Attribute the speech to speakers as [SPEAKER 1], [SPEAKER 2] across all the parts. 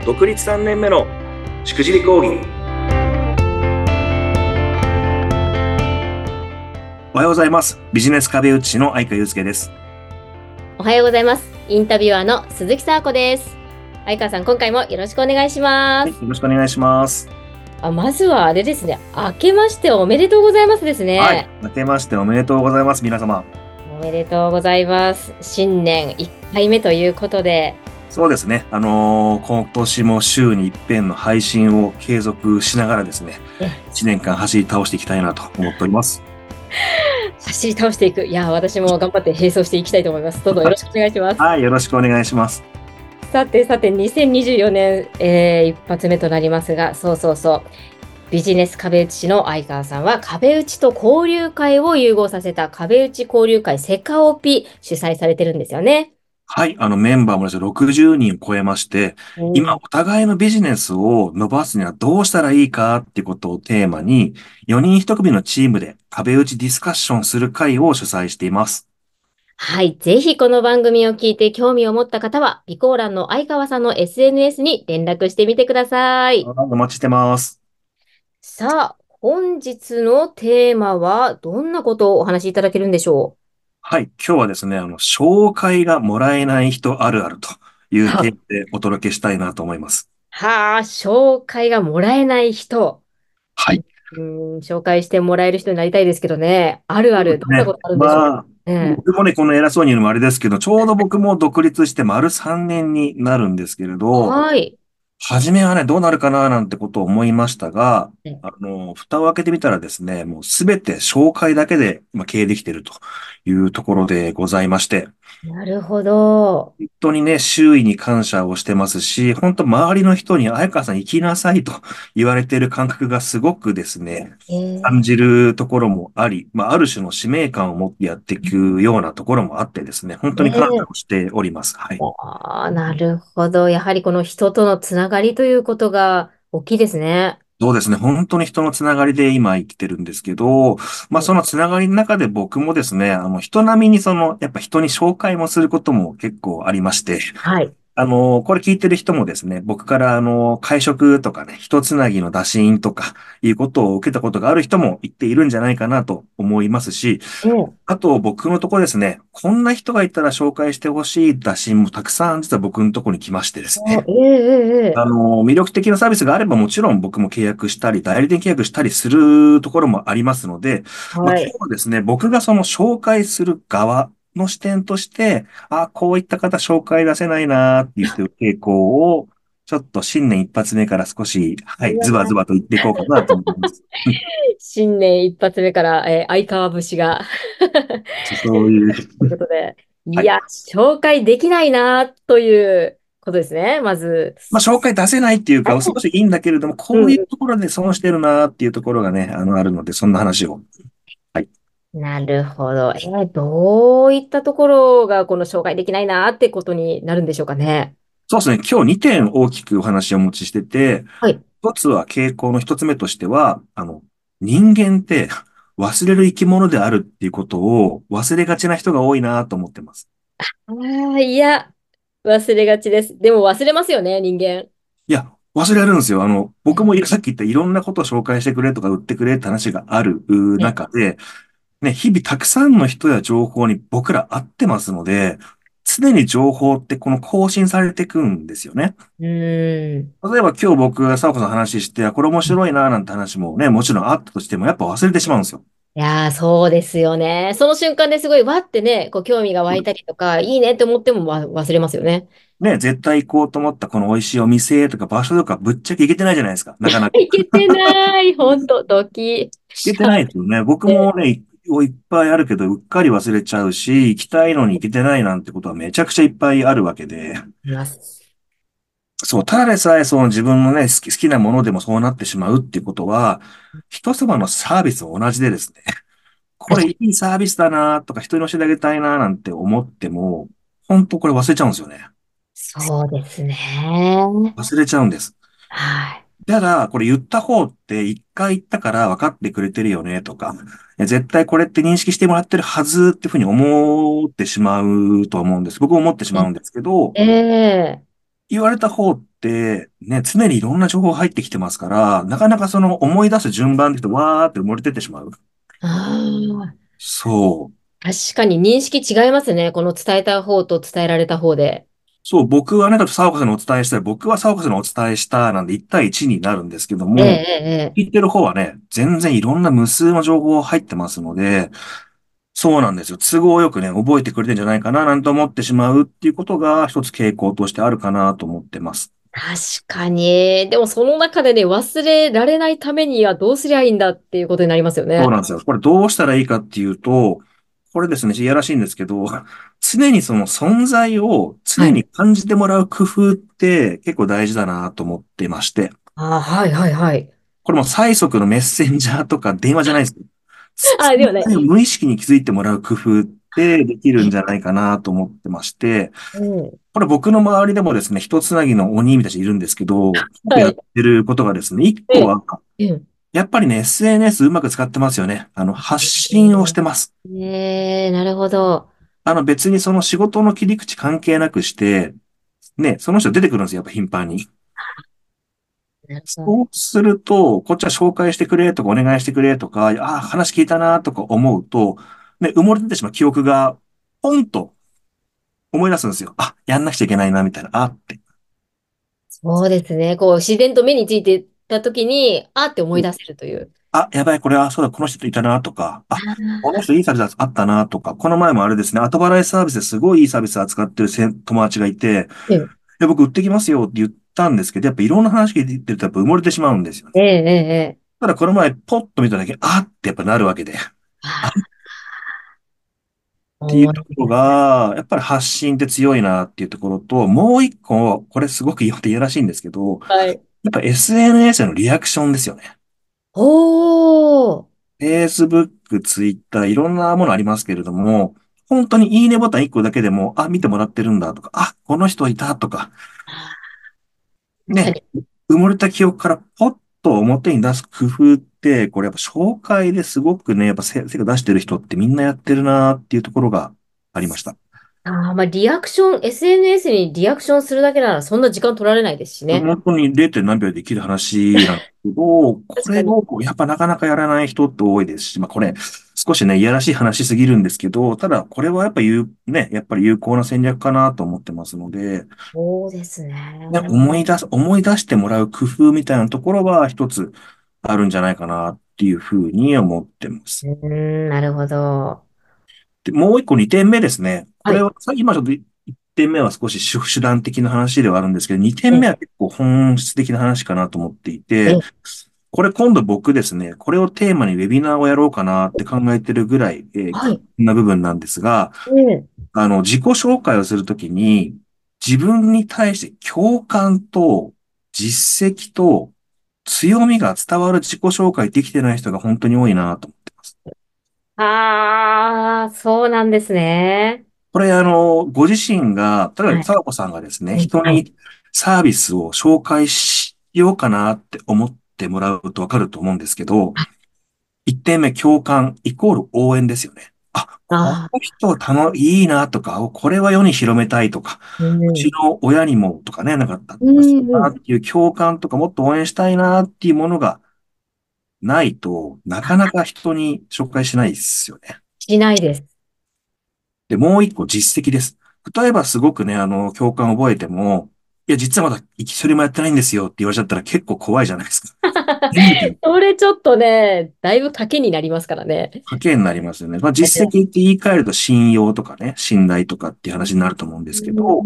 [SPEAKER 1] 独立3年目のしくじり講義。おはようございます。ビジネス壁打ち師の相川祐介です。
[SPEAKER 2] おはようございます。インタビュアーの鈴木沙子です。相川さん、今回もよろしくお願いしま
[SPEAKER 1] はい、
[SPEAKER 2] す。
[SPEAKER 1] よろしくお願いします。
[SPEAKER 2] まずはあれですね。明けましておめでとうございますです
[SPEAKER 1] はい、
[SPEAKER 2] ね。
[SPEAKER 1] 明けましておめでとうございます、皆様。
[SPEAKER 2] おめでとうございます。新年1回目ということで。
[SPEAKER 1] そうですね。今年も週に一遍の配信を継続しながらですね、1年間走り倒していきたいなと思っております。
[SPEAKER 2] 走り倒していく。いや、私も頑張って並走していきたいと思います。どうぞよろしくお願いします。
[SPEAKER 1] はい、よろしくお願いします。
[SPEAKER 2] さて、2024年、一発目となりますが、そう。ビジネス壁打ち師の相川さんは、壁打ちと交流会を融合させた壁打ち交流会セカオピ主催されてるんですよね。
[SPEAKER 1] はい、メンバーもですね、60人を超えまして、今、お互いのビジネスを伸ばすにはどうしたらいいかっていうことをテーマに、4人1組のチームで壁打ちディスカッションする会を主催しています。
[SPEAKER 2] はい。ぜひこの番組を聞いて興味を持った方は、備考欄の相川さんの SNS に連絡してみてください。
[SPEAKER 1] お待ちしてます。
[SPEAKER 2] さあ、本日のテーマはどんなことをお話しいただけるんでしょ
[SPEAKER 1] はい、今日はですね、紹介がもらえない人あるあるとい
[SPEAKER 2] う。
[SPEAKER 1] うテーマでお届けしたいなと思います。
[SPEAKER 2] 紹介がもらえない人。
[SPEAKER 1] はい。
[SPEAKER 2] 紹介してもらえる人になりたいですけどね。あるある、
[SPEAKER 1] そうですね。
[SPEAKER 2] どんなことあるんでしょう。
[SPEAKER 1] 僕もね、この偉そうに言うのもあれですけど、ちょうど僕も独立して丸3年になるんですけれど、
[SPEAKER 2] はい。
[SPEAKER 1] 初めはね、どうなるかななんてことを思いましたが、
[SPEAKER 2] うん
[SPEAKER 1] 蓋を開けてみたらですね、もうすべて紹介だけで今経営できているというところでございまして、
[SPEAKER 2] なるほど。
[SPEAKER 1] 本当にね、周囲に感謝をしてますし、本当周りの人に、綾川さん行きなさいと言われている感覚がすごくですね、感じるところもあり、ある種の使命感を持ってやっていくようなところもあってですね、本当に感謝をしております。はい。
[SPEAKER 2] なるほど。やはりこの人とのつながりということが大きいですね。
[SPEAKER 1] そうですね。本当に人のつながりで今生きてるんですけど、そのつながりの中で僕もですね、人並みにやっぱ人に紹介もすることも結構ありまして、
[SPEAKER 2] はい。
[SPEAKER 1] これ聞いてる人もですね、僕から会食とかね、人つなぎの打診とか、いうことを受けたことがある人も言っているんじゃないかなと思いますし、
[SPEAKER 2] ええ。
[SPEAKER 1] あと僕のところですね、こんな人がいたら紹介してほしい打診もたくさん実は僕のところに来ましてですね、魅力的なサービスがあればもちろん僕も契約したり、代理店契約したりするところもありますので、
[SPEAKER 2] はい。
[SPEAKER 1] 今日はですね、僕がその紹介する側の視点として、こういった方紹介出せないなーっていう人の傾向を、ちょっと新年一発目から少し、はい、ズバズバと言っていこうかなと思います。
[SPEAKER 2] 新年一発目から、相川節が
[SPEAKER 1] そういう、
[SPEAKER 2] ということで、
[SPEAKER 1] はい。
[SPEAKER 2] いや、紹介できないなということですね、まず。
[SPEAKER 1] 紹介出せないっていうか、少しいいんだけれども、こういう
[SPEAKER 2] うん
[SPEAKER 1] ところで損してるなーっていうところがね、あるので、そんな話を。はい。
[SPEAKER 2] なるほど。どういったところがこの紹介できないなってことになるんでしょうかね。
[SPEAKER 1] そうですね。今日2点大きくお話をお持ちしてて、
[SPEAKER 2] はい。
[SPEAKER 1] 一つは傾向の一つ目としては、人間って忘れる生き物であるっていうことを忘れがちな人が多いなと思ってます。
[SPEAKER 2] いや、忘れがちです。でも忘れますよね、人間。
[SPEAKER 1] いや、忘れられるんですよ。僕もさっき言ったいろんなことを紹介してくれとか売ってくれって話がある
[SPEAKER 2] ね。
[SPEAKER 1] 中で、ね、日々たくさんの人や情報に僕ら会ってますので、常に情報ってこの更新されていくんですよね。
[SPEAKER 2] うーん。
[SPEAKER 1] 例えば今日僕が佐和子さんの話して、これ面白いななんて話もね、もちろんあったとしても、やっぱ忘れてしまうんですよ。
[SPEAKER 2] いやー、そうですよね。その瞬間ですごいわってね、こう興味が湧いたりとか、いいねって思っても忘れますよね。
[SPEAKER 1] ね、絶対行こうと思ったこの美味しいお店とか場所とかぶっちゃけ行けてないじゃないですか。なかなか。
[SPEAKER 2] いけてない。ほんと、ドキ
[SPEAKER 1] 行けてないですよね。僕もね、いっぱいあるけど、うっかり忘れちゃうし、行きたいのに行けてないなんてことはめちゃくちゃいっぱいあるわけで。
[SPEAKER 2] ます。
[SPEAKER 1] そう、ただでさえその自分のね、好きなものでもそうなってしまうっていうことは、人様のサービスも同じでですね、これいいサービスだなとか人に教えてあげたいななんて思っても、本当これ忘れちゃうんですよね。
[SPEAKER 2] そうですね。
[SPEAKER 1] 忘れちゃうんです。
[SPEAKER 2] はい。
[SPEAKER 1] ただ、これ言った方って一回言ったから分かってくれてるよねとか、絶対これって認識してもらってるはずっていうふうに思ってしまうと思うんです。僕も思ってしまうんですけど、
[SPEAKER 2] ええ
[SPEAKER 1] 言われた方って、ね、常にいろんな情報入ってきてますから、なかなかその思い出す順番で言うと、わーって埋もれてってしまう。
[SPEAKER 2] ああ、
[SPEAKER 1] そう。
[SPEAKER 2] 確かに認識違いますね。この伝えた方と伝えられた方で。
[SPEAKER 1] そう、僕はね、だと沢岡さんにお伝えしたい、僕は沢岡さんにお伝えしたなんで1対1になるんですけど
[SPEAKER 2] ええ、
[SPEAKER 1] も、
[SPEAKER 2] ええ、ええ。
[SPEAKER 1] 聞いてる方はね、全然いろんな無数の情報入ってますので、そうなんですよ。都合よくね、覚えてくれてんじゃないかななんて思ってしまうっていうことが一つ傾向としてあるかなと思ってます。
[SPEAKER 2] 確かに。でもその中でね、忘れられないためにはどうすりゃいいんだっていうことになりますよね。
[SPEAKER 1] そうなんですよ。これどうしたらいいかっていうと、これですね、いやらしいんですけど、常にその存在を常に
[SPEAKER 2] はい。
[SPEAKER 1] 感じてもらう工夫って結構大事だなと思ってまして、
[SPEAKER 2] ああ、はいはいはい。
[SPEAKER 1] これも最速のメッセンジャーとか電話じゃないですけど、
[SPEAKER 2] あ、で
[SPEAKER 1] 存
[SPEAKER 2] もね。
[SPEAKER 1] 在を無意識に気づいてもらう工夫ってできるんじゃないかなと思ってまして、
[SPEAKER 2] うん。
[SPEAKER 1] これ僕の周りでもですね、一つなぎの鬼みたいな人いるんですけど、やっ
[SPEAKER 2] はい。
[SPEAKER 1] てることがですね、一個
[SPEAKER 2] え
[SPEAKER 1] は、
[SPEAKER 2] え。うん。
[SPEAKER 1] やっぱりね、SNS うまく使ってますよね。発信をしてます。
[SPEAKER 2] ねえ、なるほど。
[SPEAKER 1] 別にその仕事の切り口関係なくして、ね、その人出てくるんですよ、やっぱ頻繁に。
[SPEAKER 2] なるほど。
[SPEAKER 1] そうすると、こっちは紹介してくれとかお願いしてくれとか、ああ、話聞いたなとか思うと、ね、埋もれててしまう記憶が、ポンと思い出すんですよ。あ、やんなくちゃいけないな、みたいな。あって。
[SPEAKER 2] そうですね。こう、自然と目についてたときに、あって思い出せるという。
[SPEAKER 1] あ、やばい、これは、そうだ、この人いたなとか、あ、この
[SPEAKER 2] あ
[SPEAKER 1] 人いいサービスあったなとか、この前もあれですね、後払いサービスですごいいいサービス扱ってる友達がいて、
[SPEAKER 2] ー
[SPEAKER 1] 僕売ってきますよって言ったんですけど、やっぱいろんな話聞いてるとやっぱ埋もれてしまうんですよね。
[SPEAKER 2] ええ、ええ、ええ。
[SPEAKER 1] ただこの前ポッと見ただけ、あってやっぱなるわけで。あっ
[SPEAKER 2] ああ、
[SPEAKER 1] ていう
[SPEAKER 2] 思い
[SPEAKER 1] ところが、やっぱり発信って強いなっていうところと、もう一個、これすごく言っていやらしいんですけど、
[SPEAKER 2] はい。
[SPEAKER 1] やっぱ SNS へのリアクションですよね。
[SPEAKER 2] おー。
[SPEAKER 1] Facebook、Twitter、いろんなものありますけれども、本当にいいねボタン1個だけでも、あ、見てもらってるんだとか、あ、この人いたとか、ね、
[SPEAKER 2] 確かに。
[SPEAKER 1] 埋もれた記憶からポッと表に出す工夫って、これやっぱ紹介ですごくね、やっぱ成果出してる人ってみんなやってるなっていうところがありました。
[SPEAKER 2] ああ、まあ、リアクション、SNS にリアクションするだけならそんな時間取られないですしね。
[SPEAKER 1] 本当に 0. 何秒でできる話なんですけど、こ
[SPEAKER 2] 確かに。
[SPEAKER 1] れをやっぱなかなかやらない人って多いですし、まあこれ少しね、いやらしい話すぎるんですけど、ただこれはやっぱやっぱり有効な戦略かなと思ってますので、
[SPEAKER 2] そうです
[SPEAKER 1] ね、
[SPEAKER 2] ね。
[SPEAKER 1] 思い出してもらう工夫みたいなところは一つあるんじゃないかなっていうふうに思ってます。
[SPEAKER 2] うーん、なるほど。
[SPEAKER 1] で、もう一個2点目ですね。こ
[SPEAKER 2] はい。
[SPEAKER 1] れは、今ちょっと1点目は少し手段的な話ではあるんですけど、2点
[SPEAKER 2] え、
[SPEAKER 1] 目は結構本質的な話かなと思ってい
[SPEAKER 2] え、
[SPEAKER 1] て、これ今度僕ですね、これをテーマにウェビナーをやろうかなって考えてるぐらい、
[SPEAKER 2] はい。
[SPEAKER 1] な部分なんですが、
[SPEAKER 2] ええ。
[SPEAKER 1] 自己紹介をするときに、自分に対して共感と実績と強みが伝わる自己紹介できてない人が本当に多いなと思ってます。
[SPEAKER 2] ああ、そうなんですね。
[SPEAKER 1] これ、ご自身が、例えば、
[SPEAKER 2] はい。
[SPEAKER 1] 沢子さんがですね、
[SPEAKER 2] うん、はい。
[SPEAKER 1] 人にサービスを紹介しようかなって思ってもらうとわかると思うんですけど、一点目、共感イコール応援ですよね。あ、こ
[SPEAKER 2] ああ、
[SPEAKER 1] の人いいなとか、これは世に広めたいとか、
[SPEAKER 2] う
[SPEAKER 1] うち
[SPEAKER 2] ん。
[SPEAKER 1] の親にもとかね、なかった
[SPEAKER 2] う
[SPEAKER 1] らしい
[SPEAKER 2] ん、うん。
[SPEAKER 1] なっていう共感とか、もっと応援したいなっていうものがないとなかなか人に紹介しないですよね。
[SPEAKER 2] しないです。
[SPEAKER 1] で、もう一個実績です。例えばすごくね、共感を覚えても、いや、実はまだ一人もやってないんですよって言われちゃったら結構怖いじゃないですか。みたいな
[SPEAKER 2] それちょっとね、だいぶ賭けになりますからね。
[SPEAKER 1] 賭けになりますよね。まあ、実績って言い換えると信用とかね、信頼とかっていう話になると思うんですけど、
[SPEAKER 2] うん。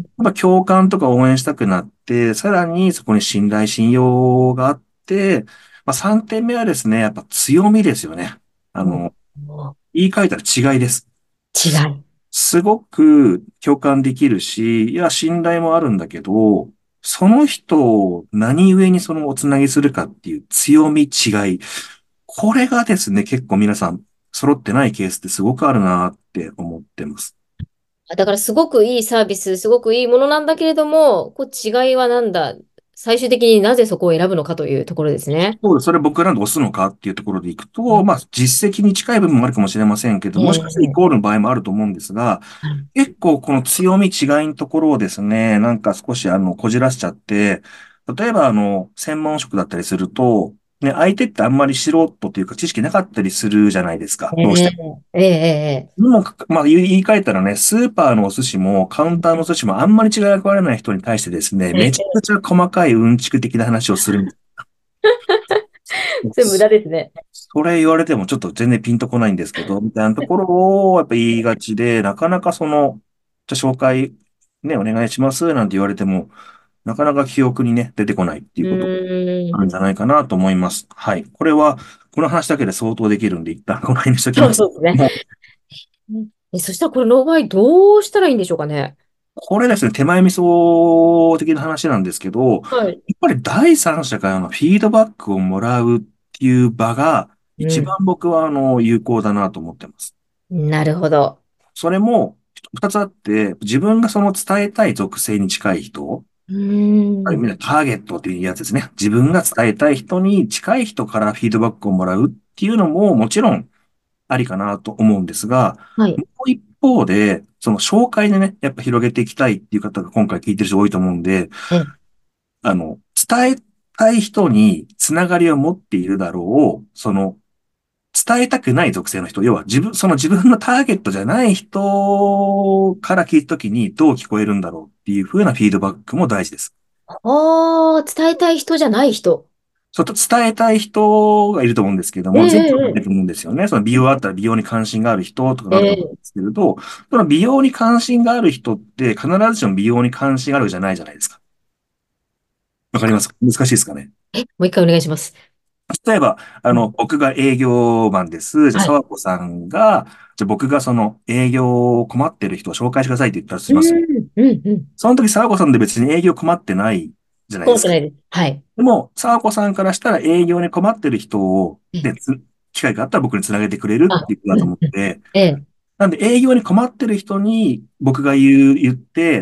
[SPEAKER 1] やっぱ共感とか応援したくなって、さらにそこに信頼、信用があって、まあ、3点目はですね、やっぱ強みですよね。あ
[SPEAKER 2] も
[SPEAKER 1] の、
[SPEAKER 2] う、
[SPEAKER 1] 言い換えたら違いです。
[SPEAKER 2] 違い。
[SPEAKER 1] すごく共感できるし、いや、信頼もあるんだけど、その人を何故にそのおつなぎするかっていう強み違い。これがですね、結構皆さん揃ってないケースってすごくあるなって思ってます。
[SPEAKER 2] だからすごくいいサービス、すごくいいものなんだけれども、こう違いはなんだ、 最終的になぜそこを選ぶのかというところですね。
[SPEAKER 1] そうです。それ僕らで押すのかっていうところでいくと、まあ、実績に近い部分もあるかもしれませんけど、もしかしたらイコールの場合もあると思うんですが、結構この強み違いのところをですね、なんか少しこじらしちゃって、例えば専門職だったりすると、ね、相手ってあんまり素人というか知識なかったりするじゃないですか、
[SPEAKER 2] え
[SPEAKER 1] どうしても。
[SPEAKER 2] ええええ
[SPEAKER 1] にもかか、まあ言い換えたらね、スーパーのお寿司もカウンターのお寿司もあんまり違いが分からない人に対してですね、めちゃ
[SPEAKER 2] ええ
[SPEAKER 1] くちゃ細かいうんちく的な話をする。
[SPEAKER 2] それ無駄ですね。
[SPEAKER 1] それ言われてもちょっと全然ピンとこないんですけど、みたいなところをやっぱ言いがちで、なかなかじゃあ紹介ね、お願いしますなんて言われても、なかなか記憶にね、出てこないってい
[SPEAKER 2] う
[SPEAKER 1] うことが
[SPEAKER 2] ーん。
[SPEAKER 1] あるんじゃないかなと思います。はい。これは、この話だけで相当できるんで、一旦この辺にしとき
[SPEAKER 2] そう
[SPEAKER 1] ます。
[SPEAKER 2] そうですね。
[SPEAKER 1] もう、
[SPEAKER 2] そしたらこれの場合どうしたらいいんでしょうかね。
[SPEAKER 1] これですね、手前味噌的な話なんですけど、やっ
[SPEAKER 2] はい。
[SPEAKER 1] ぱり第三者からのフィードバックをもらうっていう場が、一番
[SPEAKER 2] うん。
[SPEAKER 1] 僕は有効だなと思ってます。
[SPEAKER 2] なるほど。
[SPEAKER 1] それも二つあって、自分がその伝えたい属性に近い人、
[SPEAKER 2] うーん。
[SPEAKER 1] ターゲットっていうやつですね。自分が伝えたい人に近い人からフィードバックをもらうっていうのももちろんありかなと思うんですが、
[SPEAKER 2] はい。
[SPEAKER 1] もう一方で、その紹介でね、やっぱ広げていきたいっていう方が今回聞いてる人多いと思うんで、
[SPEAKER 2] え、
[SPEAKER 1] 伝えたい人につながりを持っているだろう、伝えたくない属性の人、要は自分のターゲットじゃない人から聞いたときにどう聞こえるんだろうっていう風なフィードバックも大事です。
[SPEAKER 2] 伝えたい人じゃない人。
[SPEAKER 1] そうと伝えたい人がいると思うんですけれど
[SPEAKER 2] え
[SPEAKER 1] も、全部いる
[SPEAKER 2] え
[SPEAKER 1] と思うんですよね。その美容あったら美容に関心がある人とか
[SPEAKER 2] え
[SPEAKER 1] なると思うんで
[SPEAKER 2] ええ
[SPEAKER 1] すけれど、その美容に関心がある人って必ずしも美容に関心があるわけじゃないじゃないですか。わかりますか？難しいですかね。
[SPEAKER 2] もう一回お願いします。
[SPEAKER 1] 例えば、
[SPEAKER 2] うん。
[SPEAKER 1] 僕が営業マンです。じゃあ、
[SPEAKER 2] はい。
[SPEAKER 1] 沢子さんが、じゃあ僕がその営業困ってる人を紹介してくださいって言ったとし
[SPEAKER 2] う
[SPEAKER 1] ます。
[SPEAKER 2] ん、うん、うん。
[SPEAKER 1] その時沢子さんで別に営業困ってないじゃないですか。
[SPEAKER 2] 困ってないです。はい。
[SPEAKER 1] でも、沢子さんからしたら営業に困ってる人を、
[SPEAKER 2] え、
[SPEAKER 1] ね、機会があったら僕につなげてくれるっ
[SPEAKER 2] あ、
[SPEAKER 1] ていうことだと
[SPEAKER 2] うん、うん。
[SPEAKER 1] 思って、
[SPEAKER 2] ええ。
[SPEAKER 1] なんで営業に困ってる人に僕が言って、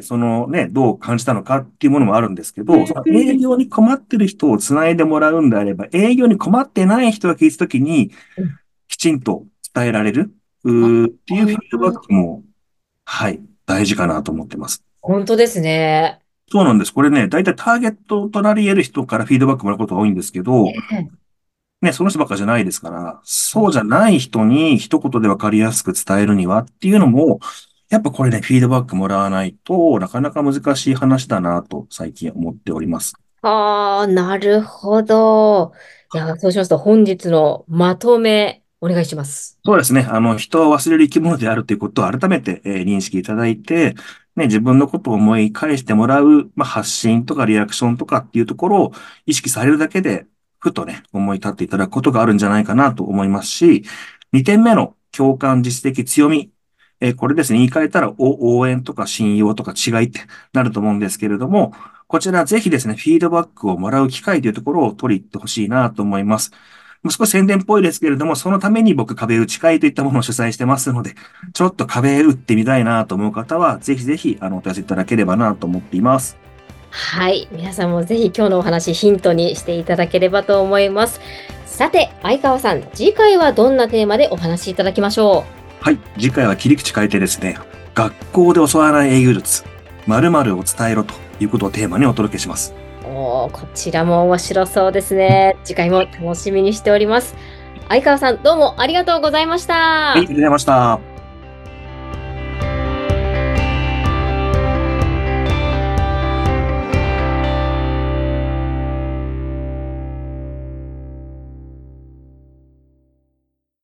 [SPEAKER 1] そのね、どう感じたのかっていうものもあるんですけど、その営業に困ってる人をつないでもらうんであれば、営業に困ってない人が聞いたときに、
[SPEAKER 2] うん。
[SPEAKER 1] きちんと伝えられる
[SPEAKER 2] あ、
[SPEAKER 1] っていうフィードバックも、はい、大事かなと思ってます。
[SPEAKER 2] 本当ですね。
[SPEAKER 1] そうなんです。これね、だいたいターゲットとなり得る人からフィードバックもらうことが多いんですけど、
[SPEAKER 2] え
[SPEAKER 1] ね、その人ばっかじゃないですから、そうじ
[SPEAKER 2] え
[SPEAKER 1] ゃない人に一言でわかりやすく伝えるにはっていうのも、やっぱこれね、フィードバックもらわないとなかなか難しい話だなと最近思っております。
[SPEAKER 2] ああ、なるほど。いや、そうしますと本日のまとめ、お願いします。
[SPEAKER 1] そうですね。人は忘れる生き物であるということを改めて、認識いただいて、ね、自分のことを思い返してもらう、まあ、発信とかリアクションとかっていうところを意識されるだけで、ふとね、思い立っていただくことがあるんじゃないかなと思いますし、2点目の共感、実績、強み。これですね、言い換えたら、応援とか信用とか違いってなると思うんですけれども、こちらぜひですね、フィードバックをもらう機会というところを取り入ってほしいなと思います。もう少し宣伝っぽいですけれども、そのために僕壁打ち会といったものを主催してますので、ちょっと壁打ってみたいなと思う方は、ぜひぜひ、お問い合わせいただければなと思っています。
[SPEAKER 2] はい。皆さんもぜひ今日のお話ヒントにしていただければと思います。さて、相川さん、次回はどんなテーマでお話しいただきましょ
[SPEAKER 1] はい。次回は切り口変えてですね、学校で教わらない営業術、〇〇を伝えろということをテーマにお届けします。
[SPEAKER 2] う。こちらも面白そうですね。次回も楽しみにしております。相川さん、どうもありがとうございまし
[SPEAKER 1] はい、ありが
[SPEAKER 2] た。
[SPEAKER 1] とうございました。